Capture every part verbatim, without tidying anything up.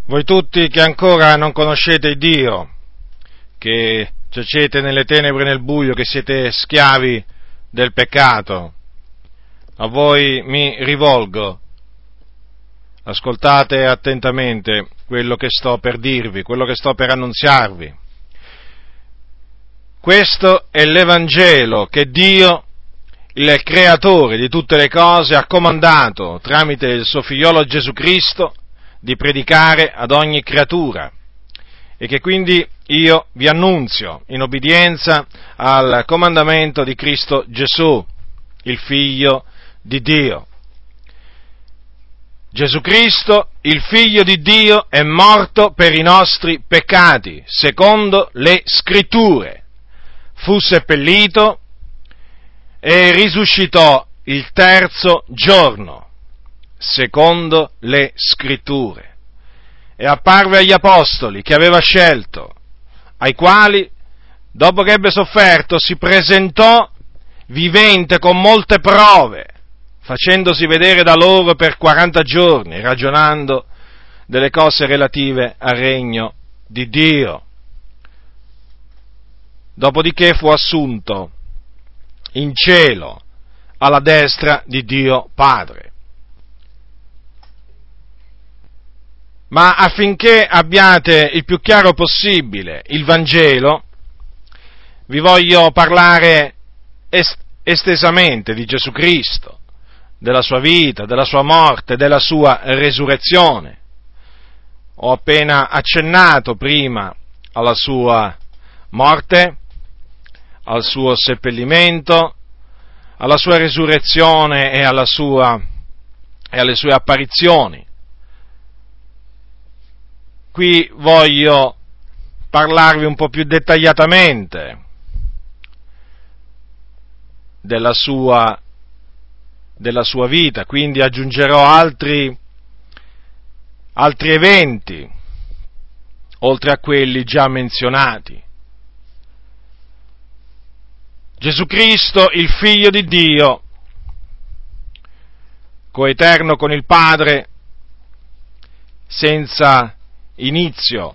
Voi tutti che ancora non conoscete Dio, che giacete nelle tenebre e nel buio, che siete schiavi del peccato, a voi mi rivolgo. Ascoltate attentamente quello che sto per dirvi, quello che sto per annunziarvi. Questo è l'Evangelo che Dio, il Creatore di tutte le cose, ha comandato tramite il suo figliolo Gesù Cristo di predicare ad ogni creatura, e che quindi io vi annunzio in obbedienza al comandamento di Cristo Gesù, il Figlio di Dio. Gesù Cristo, il Figlio di Dio, è morto per i nostri peccati, secondo le Scritture. Fu seppellito e risuscitò il terzo giorno, secondo le Scritture, e apparve agli apostoli che aveva scelto, ai quali, dopo che ebbe sofferto, si presentò vivente con molte prove, facendosi vedere da loro per quaranta giorni, ragionando delle cose relative al regno di Dio. Dopodiché fu assunto in cielo alla destra di Dio Padre. Ma affinché abbiate il più chiaro possibile il Vangelo, vi voglio parlare est- estesamente di Gesù Cristo, della sua vita, della sua morte, della sua resurrezione. Ho appena accennato prima alla sua morte, al suo seppellimento, alla sua resurrezione e alla sua e alle sue apparizioni. Qui voglio parlarvi un po' più dettagliatamente della sua, della sua vita, quindi aggiungerò altri, altri eventi, oltre a quelli già menzionati. Gesù Cristo, il Figlio di Dio, coeterno con il Padre, senza inizio,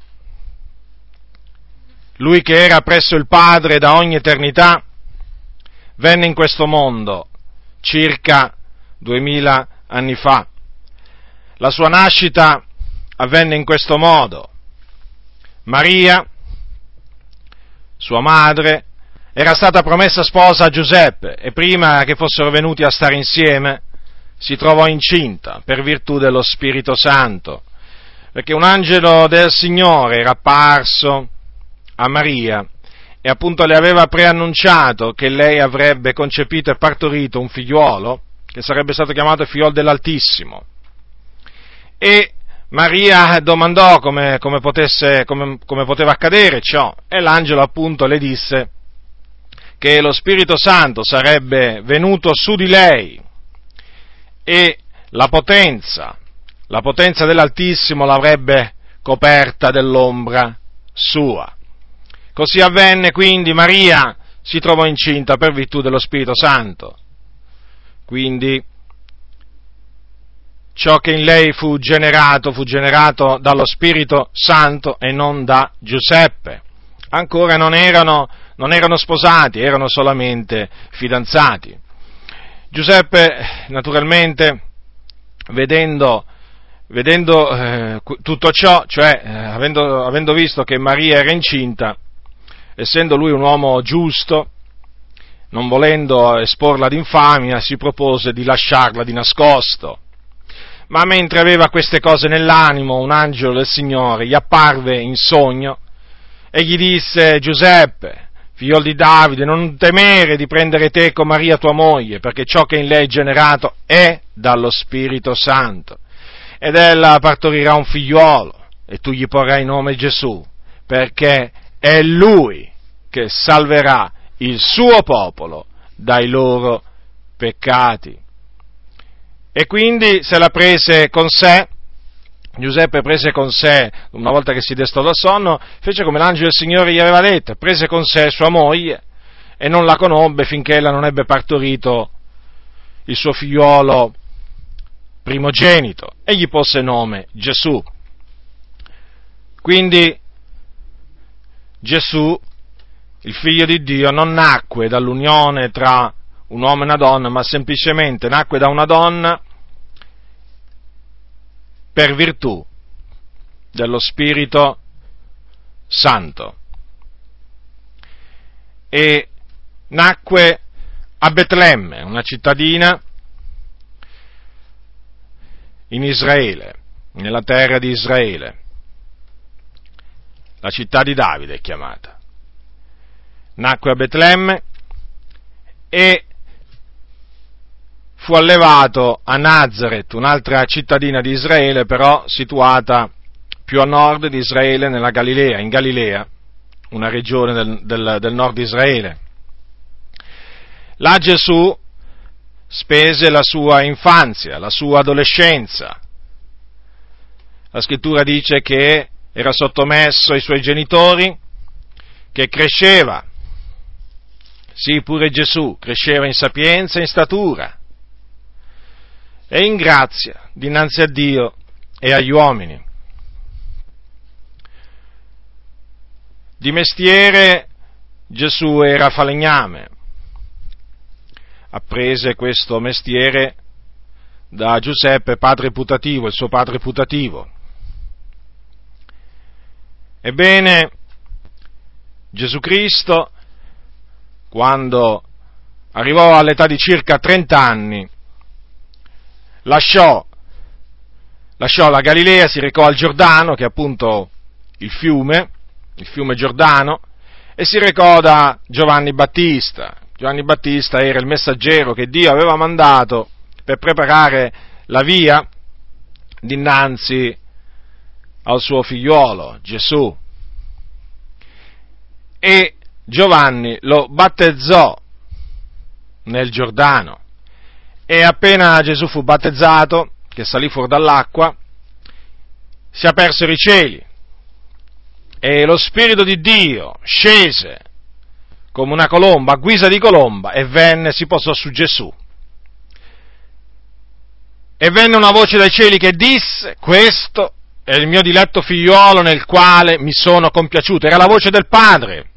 lui che era presso il Padre da ogni eternità, venne in questo mondo circa duemila anni fa. La sua nascita avvenne in questo modo. Maria, sua madre, era stata promessa sposa a Giuseppe e prima che fossero venuti a stare insieme si trovò incinta per virtù dello Spirito Santo, perché un angelo del Signore era apparso a Maria e appunto le aveva preannunciato che lei avrebbe concepito e partorito un figliuolo che sarebbe stato chiamato il figliuolo dell'Altissimo. E Maria domandò come, come, potesse, come, come poteva accadere ciò, e l'angelo appunto le disse che lo Spirito Santo sarebbe venuto su di lei e la potenza, la potenza dell'Altissimo l'avrebbe coperta dell'ombra sua. Così avvenne, quindi Maria si trovò incinta per virtù dello Spirito Santo. Quindi ciò che in lei fu generato, fu generato dallo Spirito Santo e non da Giuseppe. Ancora non erano, non erano sposati, erano solamente fidanzati. Giuseppe, naturalmente, vedendo, vedendo eh, tutto ciò, cioè eh, avendo, avendo visto che Maria era incinta, essendo lui un uomo giusto, non volendo esporla ad infamia, si propose di lasciarla di nascosto. Ma mentre aveva queste cose nell'animo, un angelo del Signore gli apparve in sogno e gli disse: Giuseppe, figlio di Davide, non temere di prendere te con Maria tua moglie, perché ciò che in lei è generato è dallo Spirito Santo. Ed ella partorirà un figliuolo, e tu gli porrai nome Gesù, perché è lui che salverà il suo popolo dai loro peccati. E quindi se la prese con sé, Giuseppe prese con sé, una volta che si destò dal sonno, fece come l'angelo del Signore gli aveva detto, prese con sé sua moglie e non la conobbe finché ella non ebbe partorito il suo figliuolo primogenito e gli pose nome Gesù. Quindi Gesù, il Figlio di Dio, non nacque dall'unione tra un uomo e una donna, ma semplicemente nacque da una donna per virtù dello Spirito Santo. E nacque a Betlemme, una cittadina in Israele, nella terra di Israele. La città di Davide è chiamata. Nacque a Betlemme e fu allevato a Nazaret, un'altra cittadina di Israele, però situata più a nord di Israele, nella Galilea, in Galilea, una regione del, del, del nord di Israele. Là Gesù spese la sua infanzia, la sua adolescenza. La scrittura dice che era sottomesso ai suoi genitori, che cresceva. Sì, pure Gesù cresceva in sapienza e in statura e in grazia dinanzi a Dio e agli uomini. Di mestiere Gesù era falegname. Apprese questo mestiere da Giuseppe, padre putativo, il suo padre putativo. Ebbene, Gesù Cristo, quando arrivò all'età di circa trenta anni, lasciò, lasciò la Galilea, si recò al Giordano, che è appunto il fiume, il fiume Giordano, e si recò da Giovanni Battista. Giovanni Battista era il messaggero che Dio aveva mandato per preparare la via dinanzi al suo figliuolo, Gesù. E Giovanni lo battezzò nel Giordano. E appena Gesù fu battezzato, che salì fuori dall'acqua, si apersero i cieli e lo Spirito di Dio scese come una colomba, a guisa di colomba, e venne, si posò su Gesù. E venne una voce dai cieli che disse: questo è il mio diletto figliuolo nel quale mi sono compiaciuto. Era la voce del Padre.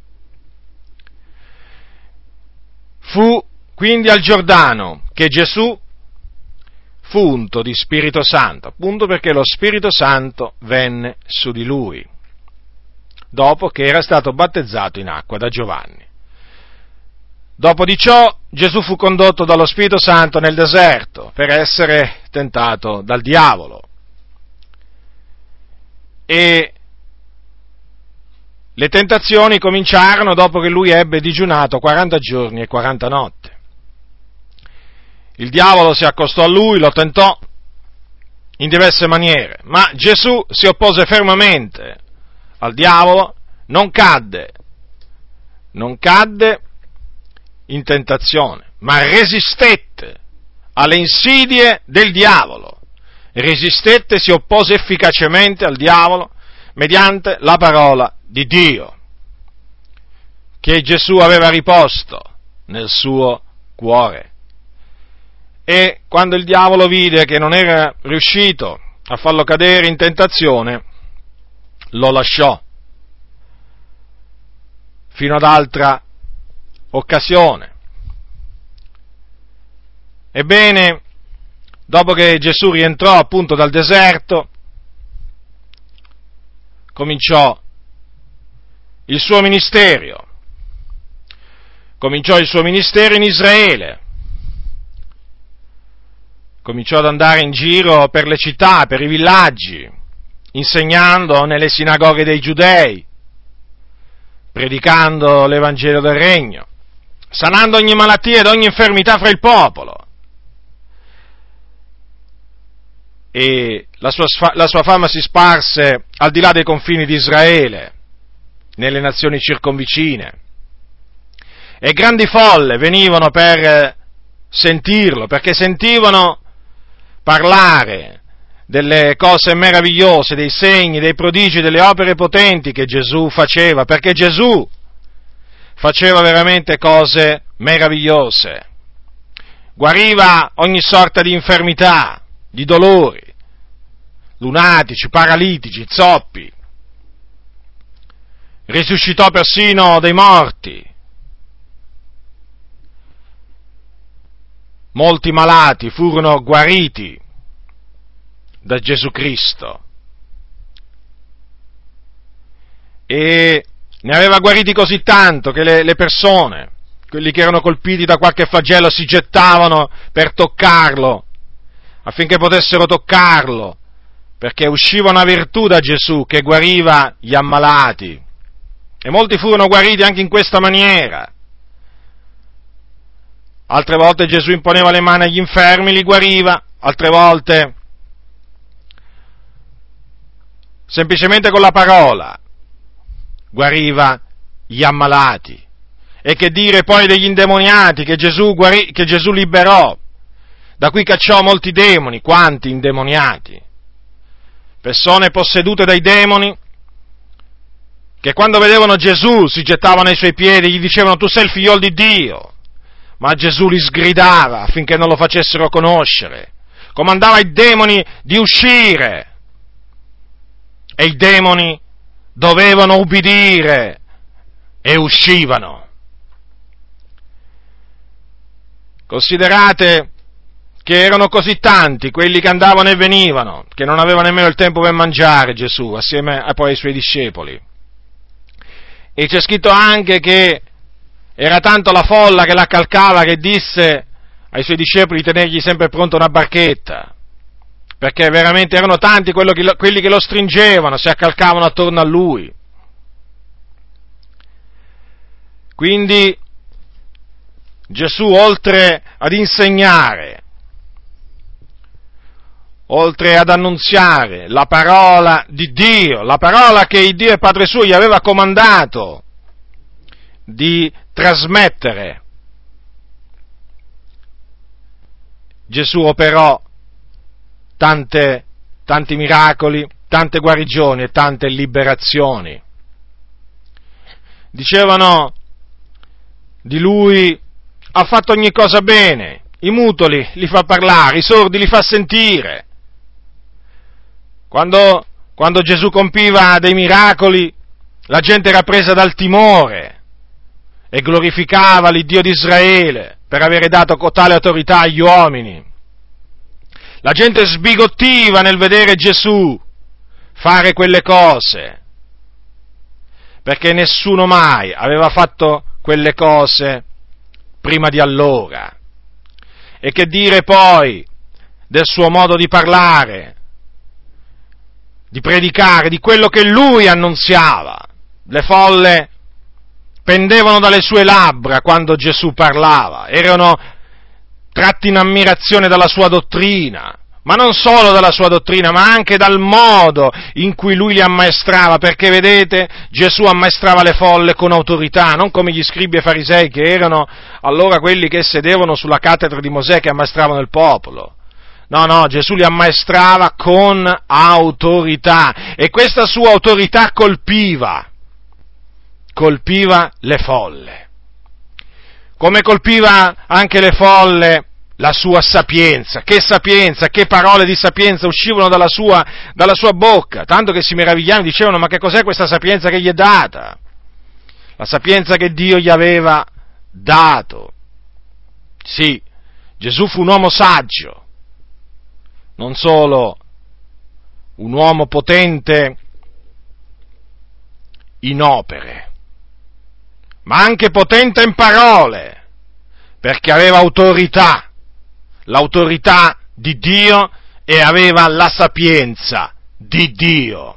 Fu quindi al Giordano che Gesù fu unto di Spirito Santo, appunto perché lo Spirito Santo venne su di lui, dopo che era stato battezzato in acqua da Giovanni. Dopo di ciò Gesù fu condotto dallo Spirito Santo nel deserto per essere tentato dal diavolo. E le tentazioni cominciarono dopo che lui ebbe digiunato quaranta giorni e quaranta notti. Il diavolo si accostò a lui, lo tentò in diverse maniere, ma Gesù si oppose fermamente al diavolo, non cadde, non cadde in tentazione, ma resistette alle insidie del diavolo, resistette, si oppose efficacemente al diavolo mediante la parola di Dio, che Gesù aveva riposto nel suo cuore. E quando il diavolo vide che non era riuscito a farlo cadere in tentazione, lo lasciò fino ad altra occasione. Ebbene, dopo che Gesù rientrò appunto dal deserto, cominciò il suo ministero, cominciò il suo ministero in Israele, cominciò ad andare in giro per le città, per i villaggi, insegnando nelle sinagoghe dei giudei, predicando l'Evangelo del Regno, sanando ogni malattia ed ogni infermità fra il popolo. E la sua, la sua fama si sparse al di là dei confini di Israele, nelle nazioni circonvicine, e grandi folle venivano per sentirlo, perché sentivano parlare delle cose meravigliose, dei segni, dei prodigi, delle opere potenti che Gesù faceva, perché Gesù faceva veramente cose meravigliose, guariva ogni sorta di infermità, di dolori, lunatici, paralitici, zoppi, risuscitò persino dei morti. Molti malati furono guariti da Gesù Cristo e ne aveva guariti così tanto che le, le persone, quelli che erano colpiti da qualche flagello, si gettavano per toccarlo, affinché potessero toccarlo, perché usciva una virtù da Gesù che guariva gli ammalati. E molti furono guariti anche in questa maniera. Altre volte Gesù imponeva le mani agli infermi, li guariva, altre volte semplicemente con la parola guariva gli ammalati. E che dire poi degli indemoniati che Gesù guarì, che Gesù liberò, da cui cacciò molti demoni, quanti indemoniati, persone possedute dai demoni, che quando vedevano Gesù si gettavano ai suoi piedi, gli dicevano: tu sei il figliol di Dio. Ma Gesù li sgridava affinché non lo facessero conoscere, comandava ai demoni di uscire, e i demoni dovevano ubbidire e uscivano. Considerate che erano così tanti quelli che andavano e venivano, che non aveva nemmeno il tempo per mangiare Gesù, assieme a poi ai suoi discepoli. E c'è scritto anche che era tanto la folla che l'accalcava che disse ai suoi discepoli di tenergli sempre pronta una barchetta, perché veramente erano tanti quelli che lo, quelli che lo stringevano, si accalcavano attorno a lui. Quindi Gesù, oltre ad insegnare, oltre ad annunziare la parola di Dio, la parola che il Dio e Padre suo gli aveva comandato di trasmettere, Gesù operò tante, tanti miracoli, tante guarigioni e tante liberazioni. Dicevano di lui: ha fatto ogni cosa bene, i mutoli li fa parlare, i sordi li fa sentire. Quando, quando Gesù compiva dei miracoli, la gente era presa dal timore e glorificava l'Iddio di Israele per avere dato tale autorità agli uomini. La gente sbigottiva nel vedere Gesù fare quelle cose, perché nessuno mai aveva fatto quelle cose prima di allora. E che dire poi del suo modo di parlare, di predicare, di quello che lui annunziava? Le folle pendevano dalle sue labbra quando Gesù parlava, erano tratti in ammirazione dalla sua dottrina, ma non solo dalla sua dottrina, ma anche dal modo in cui lui li ammaestrava, perché vedete, Gesù ammaestrava le folle con autorità, non come gli scribi e farisei, che erano allora quelli che sedevano sulla cattedra di Mosè, che ammaestravano il popolo. No, no, Gesù li ammaestrava con autorità, e questa sua autorità colpiva, colpiva le folle, come colpiva anche le folle la sua sapienza. Che sapienza, che parole di sapienza uscivano dalla sua, dalla sua bocca, tanto che si meravigliavano, dicevano: ma che cos'è questa sapienza che gli è data? La sapienza che Dio gli aveva dato. Sì, Gesù fu un uomo saggio, non solo un uomo potente in opere, ma anche potente in parole, perché aveva autorità, l'autorità di Dio, e aveva la sapienza di Dio.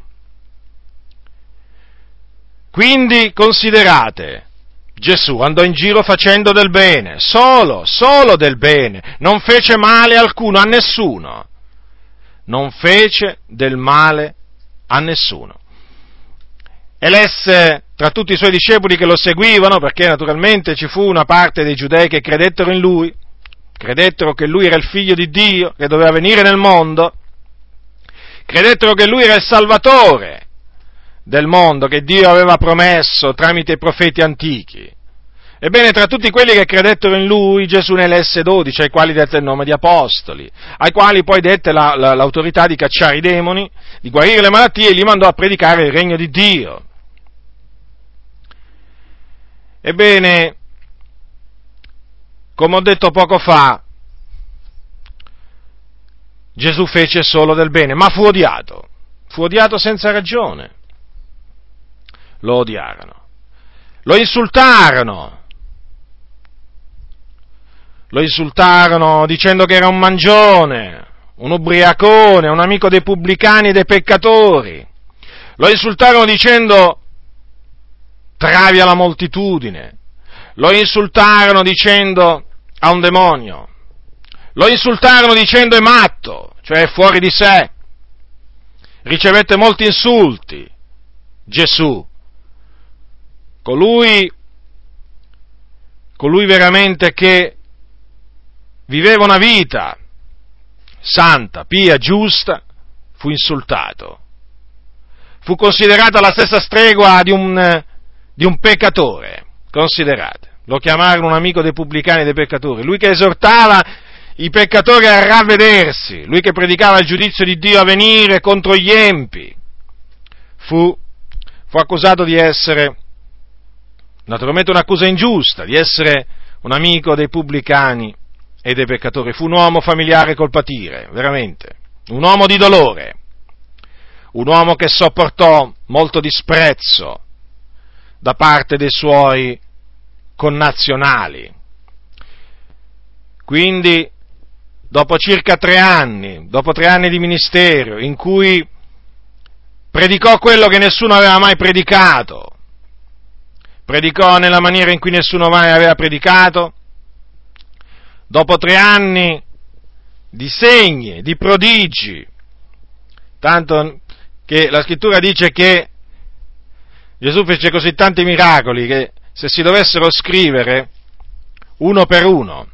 Quindi considerate, Gesù andò in giro facendo del bene, solo, solo del bene, non fece male alcuno a nessuno, non fece del male a nessuno. Elesse tra tutti i suoi discepoli che lo seguivano, perché naturalmente ci fu una parte dei giudei che credettero in lui, credettero che lui era il figlio di Dio, che doveva venire nel mondo, credettero che lui era il Salvatore del mondo, che Dio aveva promesso tramite i profeti antichi. Ebbene, tra tutti quelli che credettero in lui, Gesù ne elesse dodici, ai quali dette il nome di apostoli, ai quali poi dette la, la, l'autorità di cacciare i demoni, di guarire le malattie, e li mandò a predicare il regno di Dio. Ebbene, come ho detto poco fa, Gesù fece solo del bene, ma fu odiato, fu odiato senza ragione. Lo odiarono, lo insultarono, lo insultarono dicendo che era un mangione, un ubriacone, un amico dei pubblicani e dei peccatori. Lo insultarono dicendo travi alla moltitudine. Lo insultarono dicendo ha un demonio. Lo insultarono dicendo è matto, cioè è fuori di sé. Ricevette molti insulti. Gesù, colui, colui veramente che viveva una vita santa, pia, giusta, fu insultato. Fu considerato alla stessa stregua di un, di un peccatore. Considerate, lo chiamarono un amico dei pubblicani e dei peccatori, lui che esortava i peccatori a ravvedersi, lui che predicava il giudizio di Dio a venire contro gli empi. Fu, fu accusato di essere, naturalmente un'accusa ingiusta, di essere un amico dei pubblicani e dei peccatori. Fu un uomo familiare col patire, veramente, un uomo di dolore, un uomo che sopportò molto disprezzo da parte dei suoi connazionali. Quindi, dopo circa tre anni, dopo tre anni di ministero, in cui predicò quello che nessuno aveva mai predicato, predicò nella maniera in cui nessuno mai aveva predicato, dopo tre anni di segni, di prodigi, tanto che la scrittura dice che Gesù fece così tanti miracoli che se si dovessero scrivere uno per uno,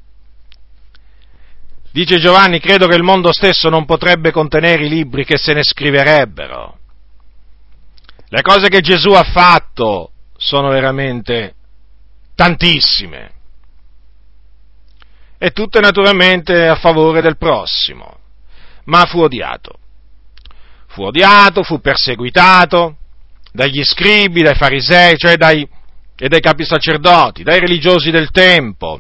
dice Giovanni, credo che il mondo stesso non potrebbe contenere i libri che se ne scriverebbero. Le cose che Gesù ha fatto sono veramente tantissime. E tutte naturalmente a favore del prossimo. Ma fu odiato. Fu odiato, fu perseguitato dagli scribi, dai farisei, cioè dai, e dai capi sacerdoti, dai religiosi del tempo.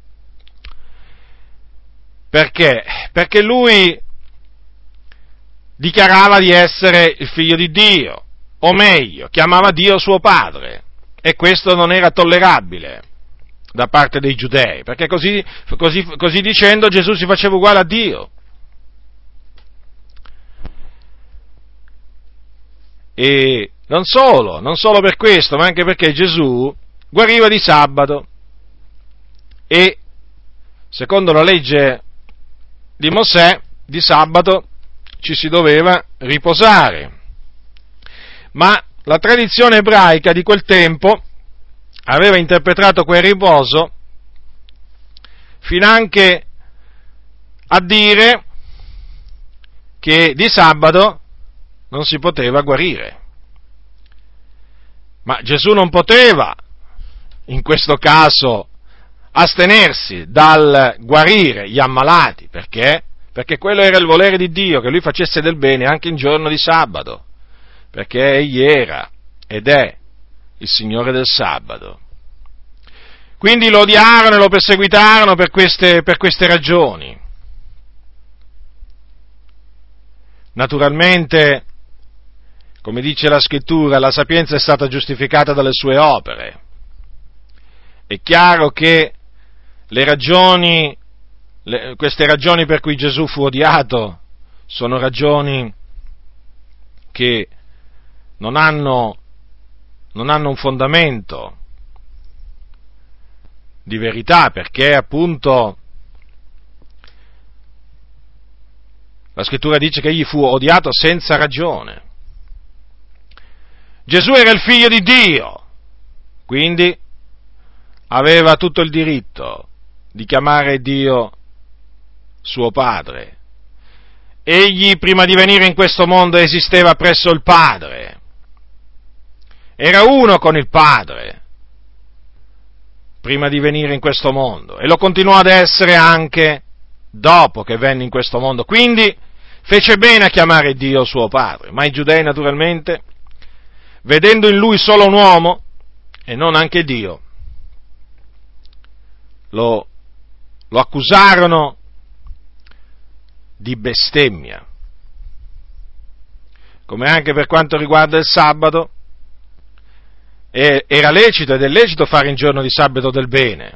Perché? Perché lui dichiarava di essere il figlio di Dio, o meglio, chiamava Dio suo padre, e questo non era tollerabile da parte dei giudei, perché così, così, così dicendo Gesù si faceva uguale a Dio. E non solo, non solo per questo, ma anche perché Gesù guariva di sabato e, secondo la legge di Mosè, di sabato ci si doveva riposare. Ma la tradizione ebraica di quel tempo aveva interpretato quel riposo finanche a dire che di sabato non si poteva guarire. Ma Gesù non poteva, in questo caso, astenersi dal guarire gli ammalati, perché? Perché quello era il volere di Dio, che lui facesse del bene anche in giorno di sabato, perché egli era ed è il Signore del sabato. Quindi lo odiarono e lo perseguitarono per queste, per queste ragioni. Naturalmente, come dice la scrittura, la sapienza è stata giustificata dalle sue opere. È chiaro che le ragioni, le, queste ragioni per cui Gesù fu odiato sono ragioni che non hanno, non hanno un fondamento di verità, perché appunto la scrittura dice che egli fu odiato senza ragione. Gesù era il figlio di Dio, quindi aveva tutto il diritto di chiamare Dio suo padre. Egli, prima di venire in questo mondo, esisteva presso il Padre. Era uno con il Padre, prima di venire in questo mondo, e lo continuò ad essere anche dopo che venne in questo mondo. Quindi fece bene a chiamare Dio suo padre, ma i giudei naturalmente, vedendo in lui solo un uomo e non anche Dio, lo, lo accusarono di bestemmia. Come anche per quanto riguarda il sabato, era lecito ed è lecito fare in giorno di sabato del bene,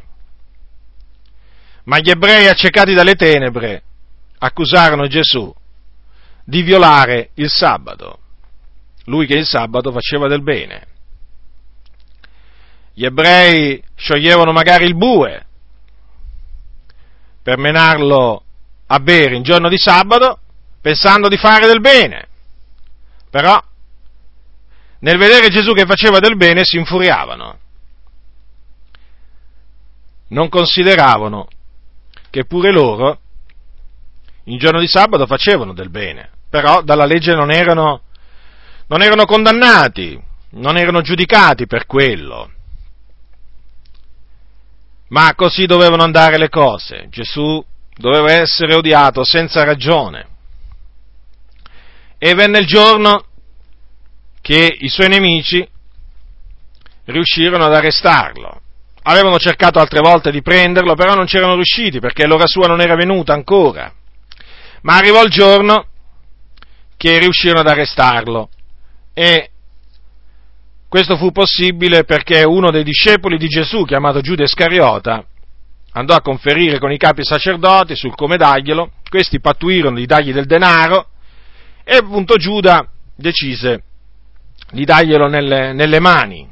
ma gli ebrei accecati dalle tenebre accusarono Gesù di violare il sabato, lui che il sabato faceva del bene. Gli ebrei scioglievano magari il bue per menarlo a bere in giorno di sabato, pensando di fare del bene, però nel vedere Gesù che faceva del bene si infuriavano, non consideravano che pure loro in giorno di sabato facevano del bene, però dalla legge non erano, non erano condannati, non erano giudicati per quello. Ma così dovevano andare le cose. Gesù doveva essere odiato senza ragione. E venne il giorno che i suoi nemici riuscirono ad arrestarlo. Avevano cercato altre volte di prenderlo, però non c'erano riusciti, perché l'ora sua non era venuta ancora. Ma arrivò il giorno che riuscirono ad arrestarlo, e questo fu possibile perché uno dei discepoli di Gesù, chiamato Giuda Iscariota, andò a conferire con i capi sacerdoti sul come darglielo. Questi pattuirono di dargli del denaro, e appunto Giuda decise di darglielo nelle, nelle mani.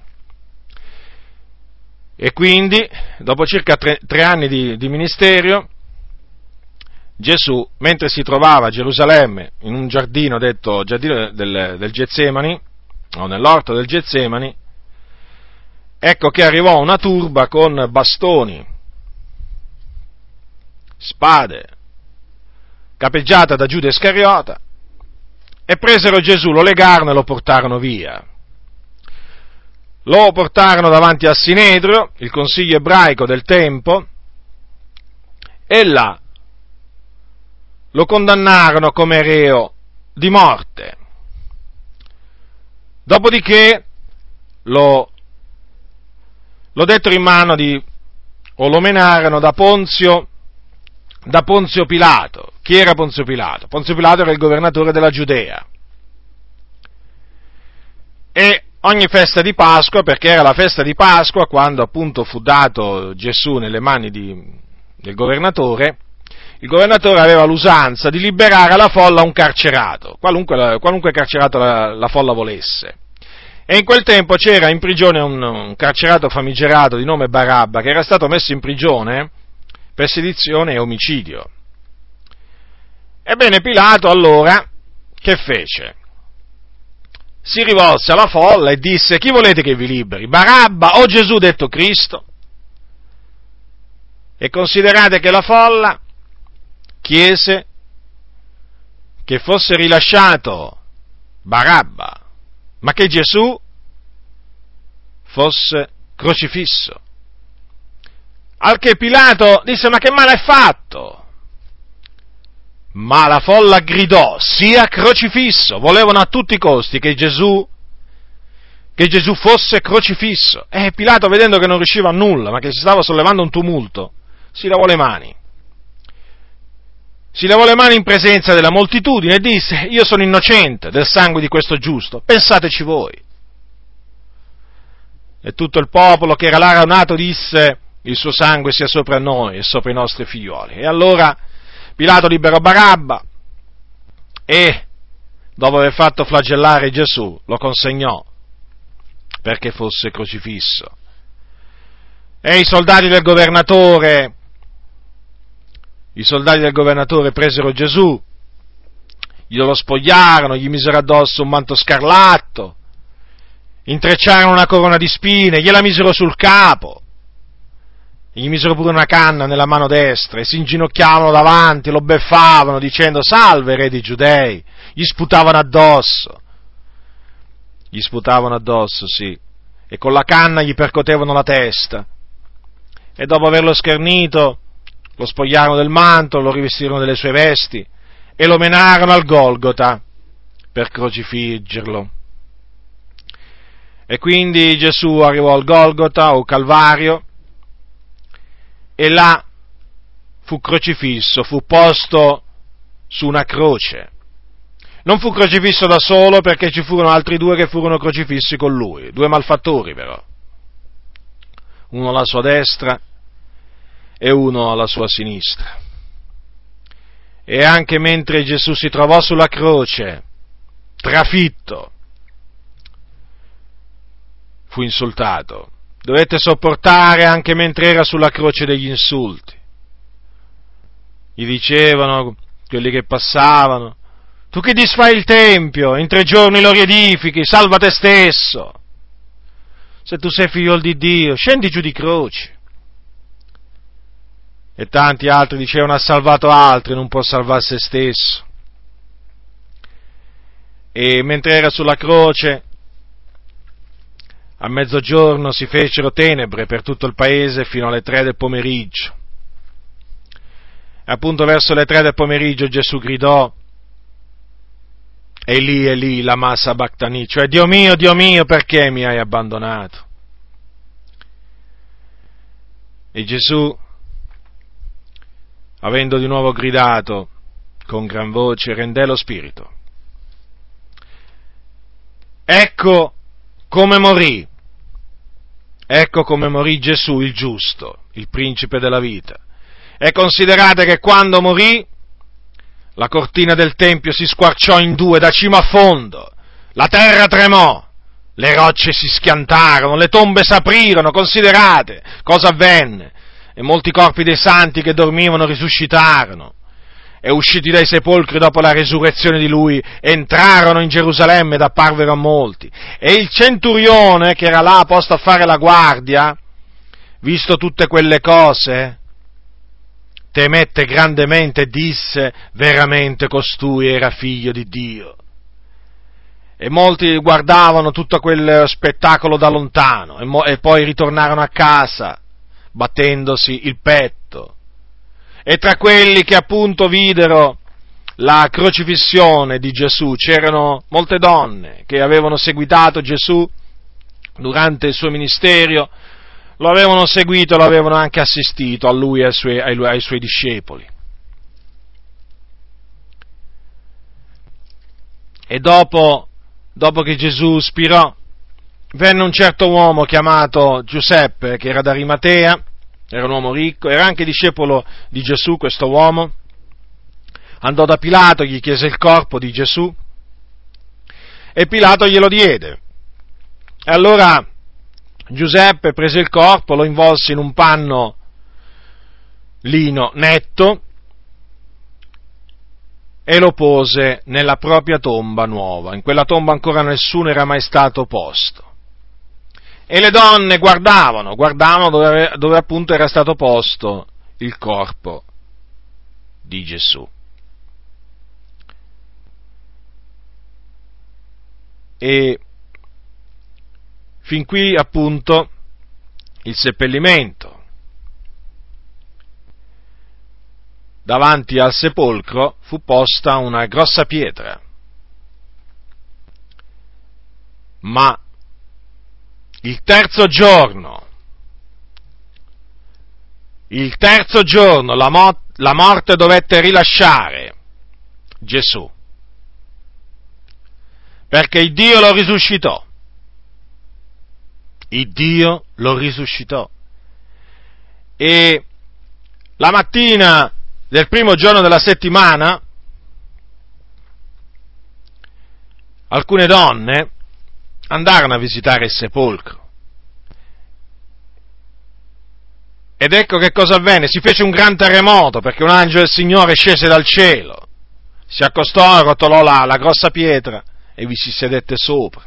E quindi, dopo circa tre, tre anni di, di ministerio, Gesù, mentre si trovava a Gerusalemme, in un giardino detto giardino del, del Getsemani, o nell'orto del Getsemani, ecco che arrivò una turba con bastoni, spade, capeggiata da Giuda Iscariota, e presero Gesù, lo legarono e lo portarono via. Lo portarono davanti al Sinedrio, il consiglio ebraico del tempo, e là lo condannarono come reo di morte. Dopodiché lo, lo dettero in mano di, o lo menarono da Ponzio, da Ponzio Pilato. Chi era Ponzio Pilato? Ponzio Pilato era il governatore della Giudea. E ogni festa di Pasqua, perché era la festa di Pasqua, quando appunto fu dato Gesù nelle mani di, del governatore, il governatore aveva l'usanza di liberare alla folla un carcerato, qualunque, qualunque carcerato la, la folla volesse. E in quel tempo c'era in prigione un, un carcerato famigerato di nome Barabba, che era stato messo in prigione per sedizione e omicidio. Ebbene, Pilato allora che fece? Si rivolse alla folla e disse: chi volete che vi liberi, Barabba o Gesù detto Cristo? E considerate che la folla chiese che fosse rilasciato Barabba, ma che Gesù fosse crocifisso. Al che Pilato disse: ma che male hai fatto? Ma la folla gridò: sia crocifisso. Volevano a tutti i costi che Gesù, che Gesù fosse crocifisso. E Pilato, vedendo che non riusciva a nulla, ma che si stava sollevando un tumulto, si lavò le mani. Si lavò le mani in presenza della moltitudine e disse: io sono innocente del sangue di questo giusto, pensateci voi. E tutto il popolo che era là raunato disse: il suo sangue sia sopra noi e sopra i nostri figlioli. E allora Pilato liberò Barabba e, dopo aver fatto flagellare Gesù, lo consegnò perché fosse crocifisso. E i soldati del governatore I soldati del governatore presero Gesù, glielo spogliarono, gli misero addosso un manto scarlatto, intrecciarono una corona di spine, gliela misero sul capo, gli misero pure una canna nella mano destra e si inginocchiavano davanti, lo beffavano dicendo: salve re dei Giudei, gli sputavano addosso, gli sputavano addosso, sì, e con la canna gli percotevano la testa, e dopo averlo schernito lo spogliarono del manto, lo rivestirono delle sue vesti e lo menarono al Golgota per crocifiggerlo. E quindi Gesù arrivò al Golgota o Calvario e là fu crocifisso, fu posto su una croce. Non fu crocifisso da solo, perché ci furono altri due che furono crocifissi con lui, due malfattori però, uno alla sua destra e uno alla sua sinistra. E anche mentre Gesù si trovò sulla croce, trafitto, fu insultato. Dovette sopportare anche mentre era sulla croce degli insulti. Gli dicevano quelli che passavano: tu che disfai il Tempio, in tre giorni lo riedifichi, salva te stesso. Se tu sei figlio di Dio, scendi giù di croce. E tanti altri dicevano: ha salvato altri, non può salvare se stesso. E mentre era sulla croce, a mezzogiorno si fecero tenebre per tutto il paese fino alle tre del pomeriggio. E appunto verso le tre del pomeriggio Gesù gridò: Eli, Eli, lama sabachthani, cioè Dio mio, Dio mio, perché mi hai abbandonato? E Gesù, avendo di nuovo gridato con gran voce, rendè lo spirito. Ecco come morì, ecco come morì Gesù il giusto, il principe della vita. E considerate che quando morì, la cortina del Tempio si squarciò in due da cima a fondo, la terra tremò, le rocce si schiantarono, le tombe s'aprirono, considerate cosa avvenne, e molti corpi dei santi che dormivano risuscitarono, e usciti dai sepolcri dopo la resurrezione di lui, entrarono in Gerusalemme ed apparvero a molti. E il centurione, che era là posto a fare la guardia, visto tutte quelle cose, temette grandemente e disse: veramente costui era figlio di Dio. E molti guardavano tutto quel spettacolo da lontano e, mo- e poi ritornarono a casa battendosi il petto. E tra quelli che appunto videro la crocifissione di Gesù c'erano molte donne che avevano seguitato Gesù durante il suo ministero, lo avevano seguito, lo avevano anche assistito a lui e ai suoi, ai, ai suoi discepoli. E dopo, dopo che Gesù spirò, venne un certo uomo chiamato Giuseppe, che era d'Arimatea, era un uomo ricco, era anche discepolo di Gesù questo uomo, andò da Pilato, gli chiese il corpo di Gesù, e Pilato glielo diede. E allora Giuseppe prese il corpo, lo involse in un panno lino netto e lo pose nella propria tomba nuova. In quella tomba ancora nessuno era mai stato posto. E le donne guardavano, guardavano dove, dove appunto era stato posto il corpo di Gesù. E fin qui appunto il seppellimento. Davanti al sepolcro fu posta una grossa pietra, ma il terzo giorno, il terzo giorno la, mo- la morte dovette rilasciare Gesù, perché il Dio lo risuscitò. Il Dio lo risuscitò. E la mattina del primo giorno della settimana, alcune donne andarono a visitare il sepolcro. Ed ecco che cosa avvenne: si fece un gran terremoto, perché un angelo del Signore scese dal cielo, si accostò, rotolò la, la grossa pietra e vi si sedette sopra.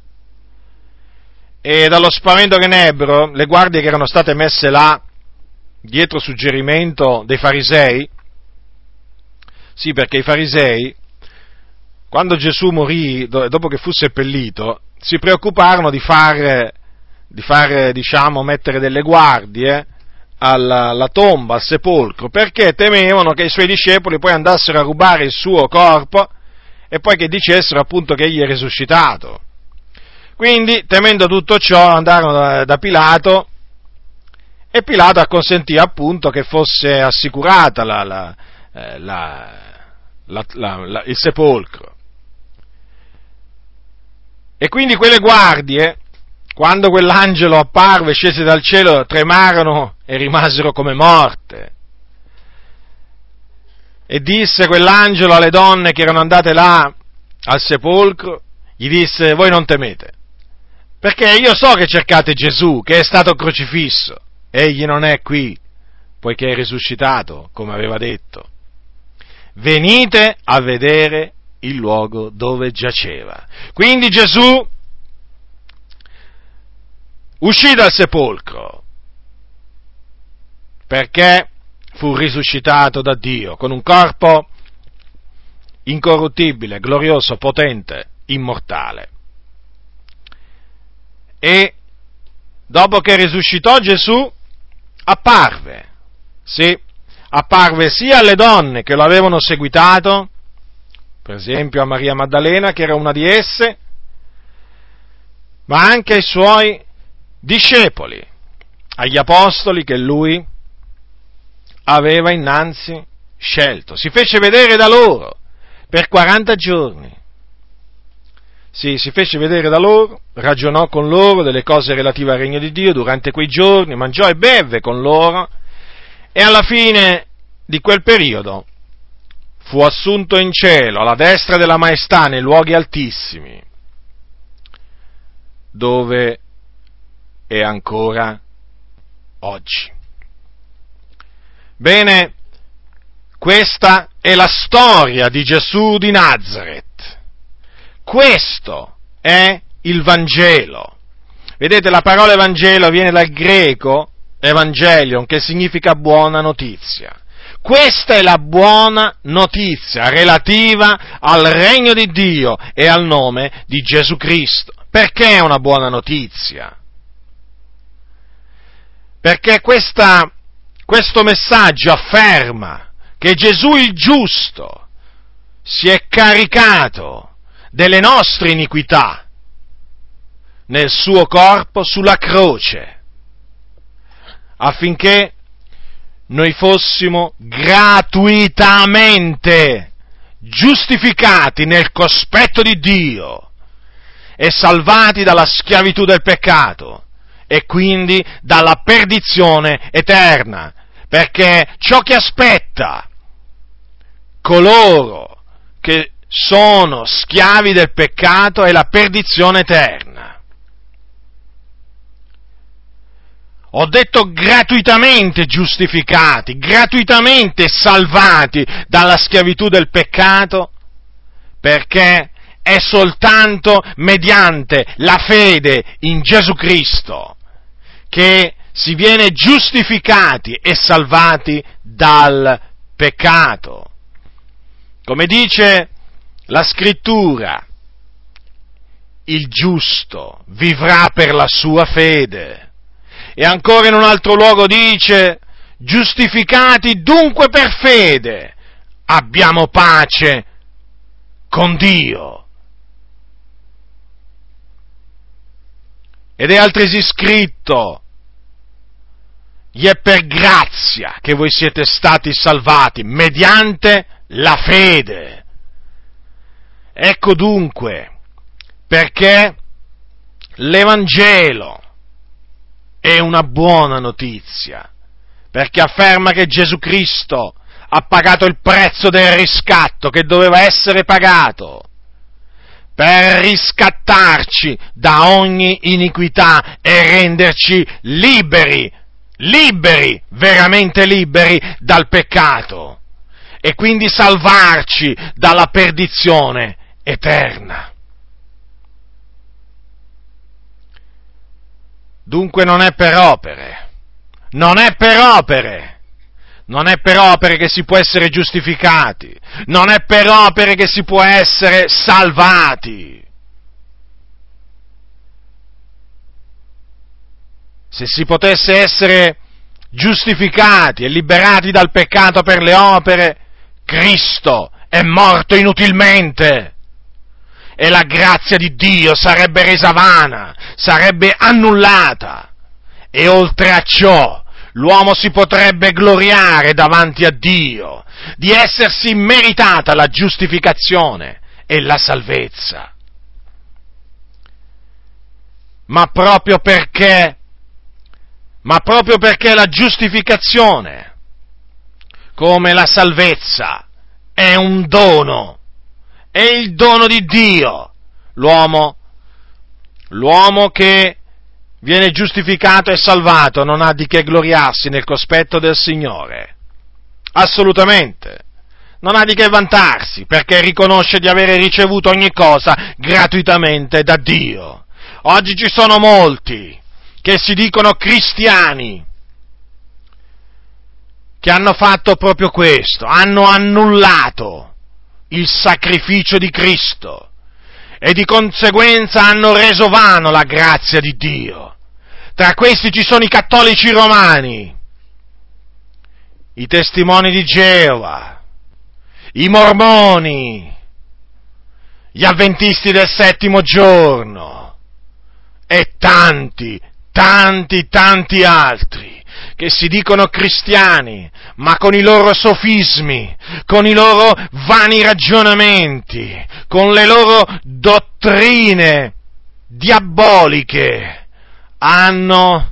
E dallo spavento che ne ebbero, le guardie che erano state messe là, dietro suggerimento dei farisei, sì, perché i farisei, quando Gesù morì, dopo che fu seppellito, si preoccuparono di fare, di fare, diciamo, mettere delle guardie alla, alla tomba, al sepolcro, perché temevano che i suoi discepoli poi andassero a rubare il suo corpo e poi che dicessero appunto che egli è risuscitato. Quindi, temendo tutto ciò, andarono da, da Pilato, e Pilato acconsentì appunto che fosse assicurata la, la, eh, la, la, la, il sepolcro. E quindi quelle guardie, quando quell'angelo apparve, scese dal cielo, tremarono e rimasero come morte. E disse quell'angelo alle donne che erano andate là al sepolcro, gli disse: voi non temete, perché io so che cercate Gesù, che è stato crocifisso. Egli non è qui, poiché è risuscitato, come aveva detto. Venite a vedere il luogo dove giaceva. Quindi Gesù uscì dal sepolcro, perché fu risuscitato da Dio, con un corpo incorruttibile, glorioso, potente, immortale. E dopo che risuscitò Gesù, apparve, sì, apparve sia alle donne che lo avevano seguitato, per esempio a Maria Maddalena, che era una di esse, ma anche ai suoi discepoli, agli apostoli che lui aveva innanzi scelto. Si fece vedere da loro per quaranta giorni. Sì, si fece vedere da loro, ragionò con loro delle cose relative al regno di Dio durante quei giorni, mangiò e bevve con loro, e alla fine di quel periodo fu assunto in cielo alla destra della maestà nei luoghi altissimi, dove è ancora oggi. Bene, questa è la storia di Gesù di Nazaret. Questo è il Vangelo. Vedete, la parola Evangelo viene dal greco Evangelion, che significa buona notizia. Questa è la buona notizia relativa al regno di Dio e al nome di Gesù Cristo. Perché è una buona notizia? Perché questa, questo messaggio afferma che Gesù il giusto si è caricato delle nostre iniquità nel suo corpo sulla croce, affinché noi fossimo gratuitamente giustificati nel cospetto di Dio e salvati dalla schiavitù del peccato e quindi dalla perdizione eterna, perché ciò che aspetta coloro che sono schiavi del peccato è la perdizione eterna. Ho detto gratuitamente giustificati, gratuitamente salvati dalla schiavitù del peccato, perché è soltanto mediante la fede in Gesù Cristo che si viene giustificati e salvati dal peccato. Come dice la Scrittura, il giusto vivrà per la sua fede. E ancora in un altro luogo dice: giustificati dunque per fede, abbiamo pace con Dio. Ed è altresì scritto: gli è per grazia che voi siete stati salvati, mediante la fede. Ecco dunque perché l'Evangelo è una buona notizia, perché afferma che Gesù Cristo ha pagato il prezzo del riscatto che doveva essere pagato per riscattarci da ogni iniquità e renderci liberi, liberi, veramente liberi dal peccato, e quindi salvarci dalla perdizione eterna. Dunque non è per opere, non è per opere, non è per opere che si può essere giustificati, non è per opere che si può essere salvati. Se si potesse essere giustificati e liberati dal peccato per le opere, Cristo è morto inutilmente. e la grazia di Dio sarebbe resa vana, sarebbe annullata. E oltre a ciò, l'uomo si potrebbe gloriare davanti a Dio di essersi meritata la giustificazione e la salvezza. Ma proprio perché, ma proprio perché la giustificazione, come la salvezza, è un dono, è il dono di Dio, l'uomo, l'uomo che viene giustificato e salvato non ha di che gloriarsi nel cospetto del Signore, assolutamente, non ha di che vantarsi, perché riconosce di avere ricevuto ogni cosa gratuitamente da Dio. Oggi ci sono molti che si dicono cristiani, che hanno fatto proprio questo, hanno annullato il sacrificio di Cristo e di conseguenza hanno reso vano la grazia di Dio. Tra questi ci sono i cattolici romani, i testimoni di Geova, i mormoni, gli avventisti del settimo giorno e tanti, tanti, tanti altri che si dicono cristiani, ma con i loro sofismi, con i loro vani ragionamenti, con le loro dottrine diaboliche, hanno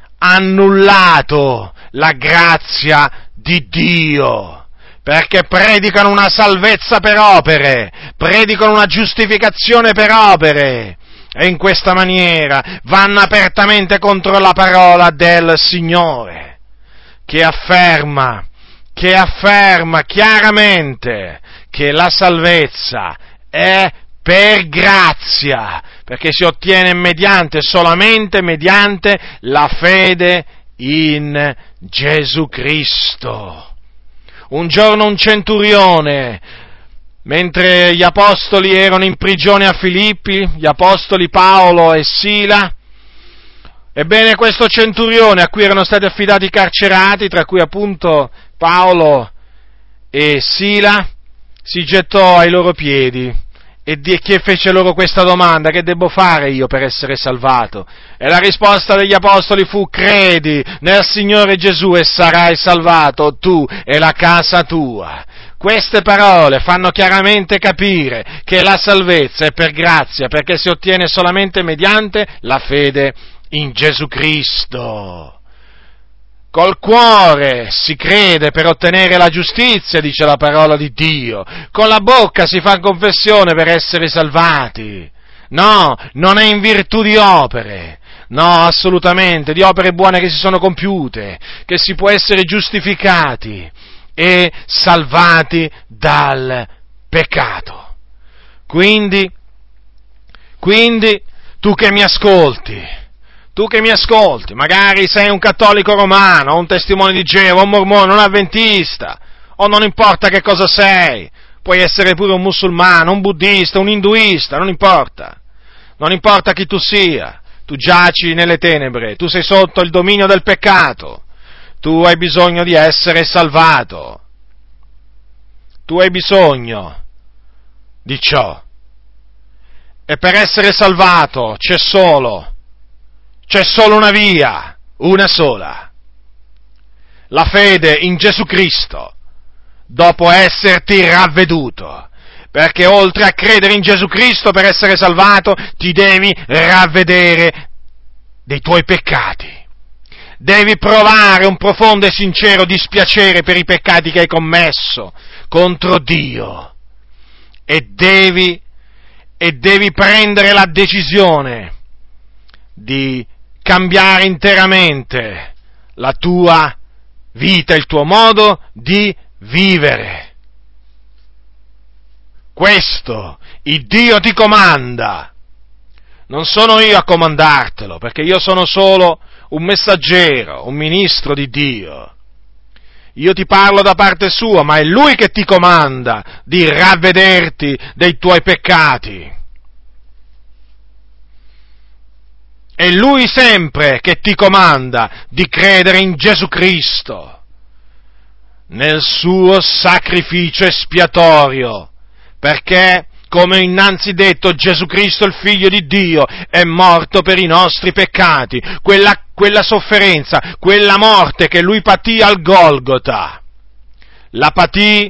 annullato la grazia di Dio, perché predicano una salvezza per opere, predicano una giustificazione per opere, e in questa maniera vanno apertamente contro la parola del Signore, che afferma, che afferma chiaramente che la salvezza è per grazia, perché si ottiene mediante, solamente mediante la fede in Gesù Cristo. Un giorno un centurione, mentre gli apostoli erano in prigione a Filippi, gli apostoli Paolo e Sila, ebbene questo centurione a cui erano stati affidati i carcerati, tra cui appunto Paolo e Sila, si gettò ai loro piedi e che fece loro questa domanda: che debbo fare io per essere salvato? E la risposta degli apostoli fu: credi nel Signore Gesù e sarai salvato tu e la casa tua. Queste parole fanno chiaramente capire che la salvezza è per grazia, perché si ottiene solamente mediante la fede in Gesù Cristo. Col cuore si crede per ottenere la giustizia, dice la parola di Dio. Con la bocca si fa confessione per essere salvati. No, non è in virtù di opere. No, assolutamente, di opere buone che si sono compiute, che si può essere giustificati e salvati dal peccato. Quindi, quindi, tu che mi ascolti, Tu che mi ascolti, magari sei un cattolico romano, un testimone di Geova, un mormone, un avventista, o non importa che cosa sei, puoi essere pure un musulmano, un buddista, un induista, non importa, non importa chi tu sia, tu giaci nelle tenebre, tu sei sotto il dominio del peccato, tu hai bisogno di essere salvato, tu hai bisogno di ciò, e per essere salvato c'è solo, C'è solo una via, una sola, la fede in Gesù Cristo, dopo esserti ravveduto, perché oltre a credere in Gesù Cristo per essere salvato, ti devi ravvedere dei tuoi peccati, devi provare un profondo e sincero dispiacere per i peccati che hai commesso contro Dio, e devi, e devi prendere la decisione di cambiare interamente la tua vita, il tuo modo di vivere. Questo il Dio ti comanda. Non sono io a comandartelo, perché io sono solo un messaggero, un ministro di Dio. Io ti parlo da parte sua, ma è Lui che ti comanda di ravvederti dei tuoi peccati. È Lui sempre che ti comanda di credere in Gesù Cristo, nel suo sacrificio espiatorio, perché come ho innanzi detto, Gesù Cristo, il Figlio di Dio, è morto per i nostri peccati. Quella, quella sofferenza, quella morte che lui patì al Golgota, la patì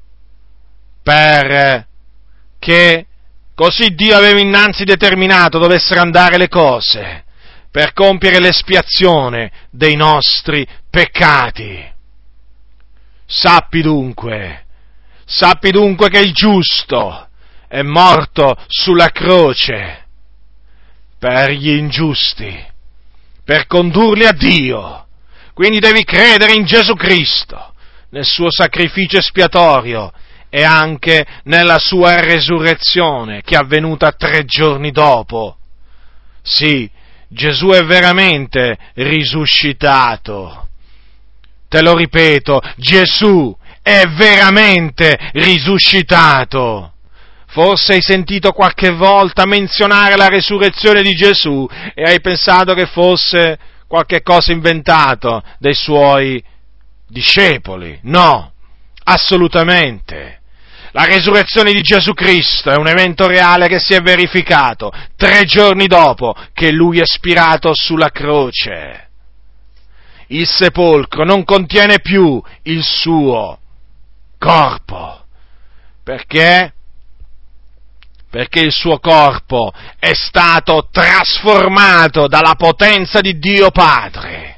perché così Dio aveva innanzi determinato dovessero andare le cose, per compiere l'espiazione dei nostri peccati. Sappi dunque, sappi dunque che il giusto è morto sulla croce per gli ingiusti, per condurli a Dio. Quindi devi credere in Gesù Cristo, nel suo sacrificio espiatorio e anche nella sua resurrezione che è avvenuta tre giorni dopo. Sì, Gesù è veramente risuscitato. Te lo ripeto, Gesù è veramente risuscitato. Forse hai sentito qualche volta menzionare la resurrezione di Gesù e hai pensato che fosse qualche cosa inventato dai suoi discepoli. No, assolutamente. La resurrezione di Gesù Cristo è un evento reale che si è verificato tre giorni dopo che Lui è spirato sulla croce. Il sepolcro non contiene più il suo corpo. Perché? Perché il suo corpo è stato trasformato dalla potenza di Dio Padre.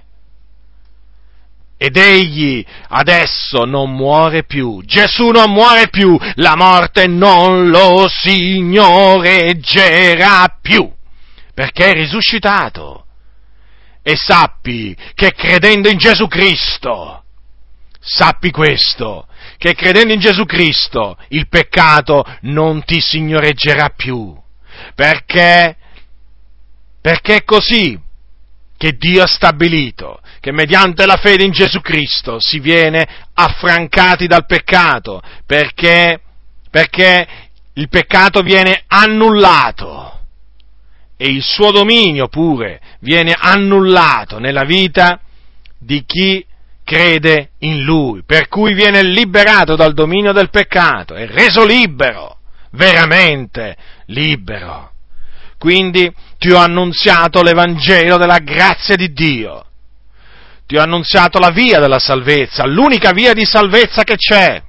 Ed egli adesso non muore più. Gesù non muore più. La morte non lo signoreggerà più. Perché è risuscitato. E sappi che credendo in Gesù Cristo, sappi questo, che credendo in Gesù Cristo il peccato non ti signoreggerà più. Perché? Perché è così che Dio ha stabilito, che mediante la fede in Gesù Cristo si viene affrancati dal peccato, perché, perché il peccato viene annullato e il suo dominio pure viene annullato nella vita di chi crede in Lui, per cui viene liberato dal dominio del peccato, è reso libero, veramente libero. Quindi ti ho annunziato l'Evangelo della grazia di Dio, ti ho annunziato la via della salvezza, l'unica via di salvezza che c'è.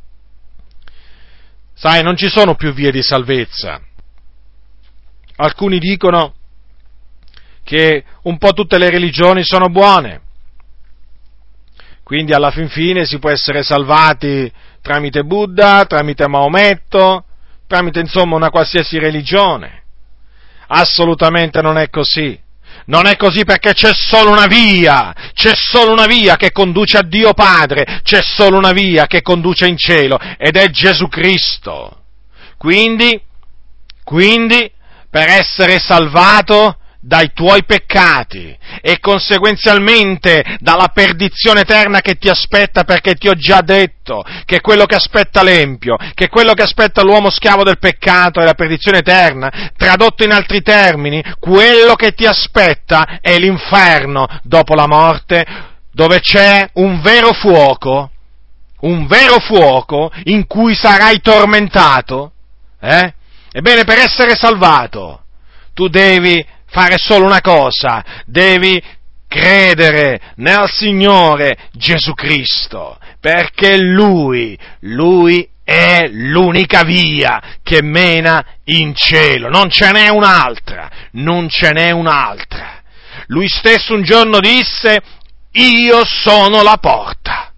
Sai, non ci sono più vie di salvezza. Alcuni dicono che un po' tutte le religioni sono buone, quindi alla fin fine si può essere salvati tramite Buddha, tramite Maometto, tramite insomma una qualsiasi religione. Assolutamente non è così. Non è così perché c'è solo una via, c'è solo una via che conduce a Dio Padre, c'è solo una via che conduce in cielo ed è Gesù Cristo. Quindi, quindi, per essere salvato dai tuoi peccati e conseguenzialmente dalla perdizione eterna che ti aspetta, perché ti ho già detto che quello che aspetta l'empio, che quello che aspetta l'uomo schiavo del peccato è la perdizione eterna. Tradotto in altri termini, quello che ti aspetta è l'inferno dopo la morte, dove c'è un vero fuoco, un vero fuoco in cui sarai tormentato. Eh? Ebbene, per essere salvato tu devi fare solo una cosa, devi credere nel Signore Gesù Cristo, perché Lui, Lui è l'unica via che mena in cielo, non ce n'è un'altra, non ce n'è un'altra. Lui stesso un giorno disse: io sono la porta.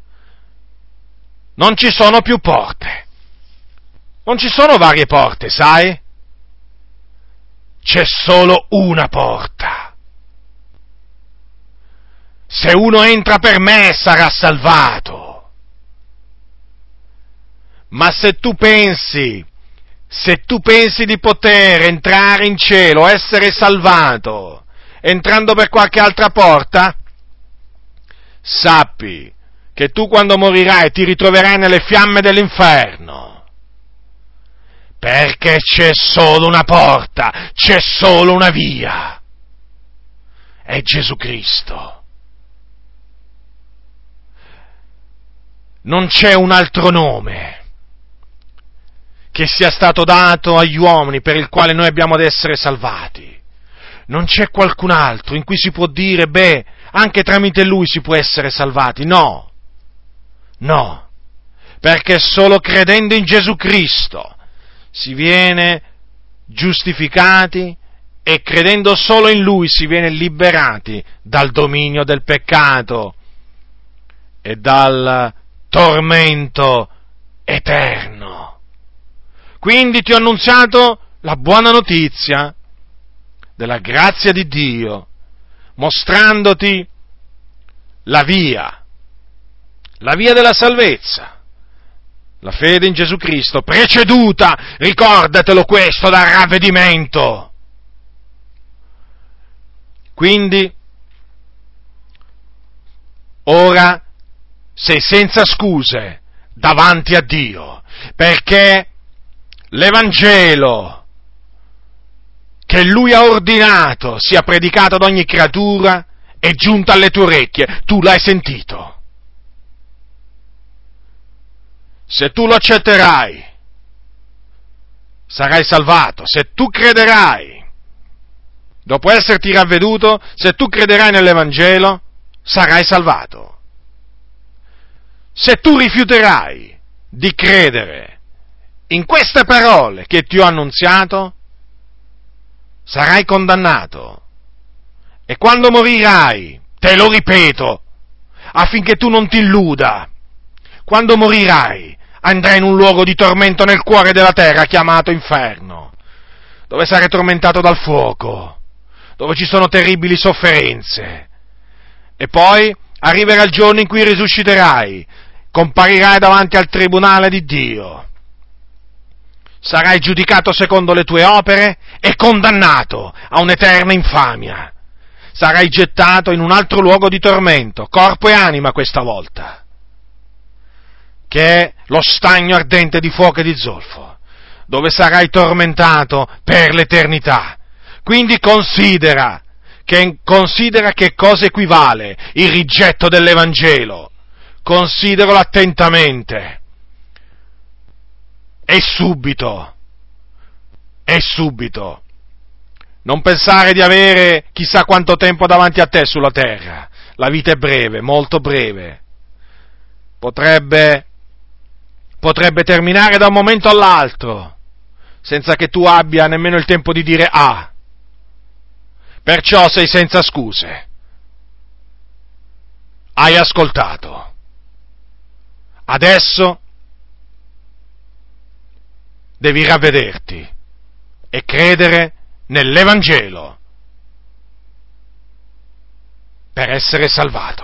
Non ci sono più porte, non ci sono varie porte, sai? C'è solo una porta. Se uno entra per me sarà salvato. Ma se tu pensi, se tu pensi di poter entrare in cielo, essere salvato, entrando per qualche altra porta, sappi che tu quando morirai ti ritroverai nelle fiamme dell'inferno. Perché c'è solo una porta, c'è solo una via. È Gesù Cristo. Non c'è un altro nome che sia stato dato agli uomini per il quale noi abbiamo ad essere salvati. Non c'è qualcun altro in cui si può dire, beh, anche tramite lui si può essere salvati. No, no, perché solo credendo in Gesù Cristo si viene giustificati e credendo solo in Lui si viene liberati dal dominio del peccato e dal tormento eterno. Quindi ti ho annunziato la buona notizia della grazia di Dio, mostrandoti la via, la via della salvezza, la fede in Gesù Cristo, preceduta, ricordatelo questo, dal ravvedimento. Quindi, ora sei senza scuse davanti a Dio, perché l'Evangelo che Lui ha ordinato sia predicato ad ogni creatura è giunto alle tue orecchie, tu l'hai sentito. Se tu lo accetterai, sarai salvato. Se tu crederai, dopo esserti ravveduto, se tu crederai nell'Evangelo, sarai salvato. Se tu rifiuterai di credere in queste parole che ti ho annunziato, sarai condannato. E quando morirai, te lo ripeto, affinché tu non ti illuda, quando morirai andrai in un luogo di tormento nel cuore della terra chiamato inferno, dove sarai tormentato dal fuoco, dove ci sono terribili sofferenze. E poi arriverà il giorno in cui risusciterai, comparirai davanti al tribunale di Dio, sarai giudicato secondo le tue opere e condannato a un'eterna infamia. Sarai gettato in un altro luogo di tormento, corpo e anima questa volta, che è lo stagno ardente di fuoco e di zolfo, dove sarai tormentato per l'eternità. Quindi considera che, considera che cosa equivale il rigetto dell'Evangelo, consideralo attentamente, e subito, e subito. Non pensare di avere chissà quanto tempo davanti a te sulla terra, la vita è breve, molto breve, potrebbe, potrebbe terminare da un momento all'altro, senza che tu abbia nemmeno il tempo di dire ah. Perciò sei senza scuse. Hai ascoltato. Adesso devi ravvederti e credere nell'Evangelo per essere salvato.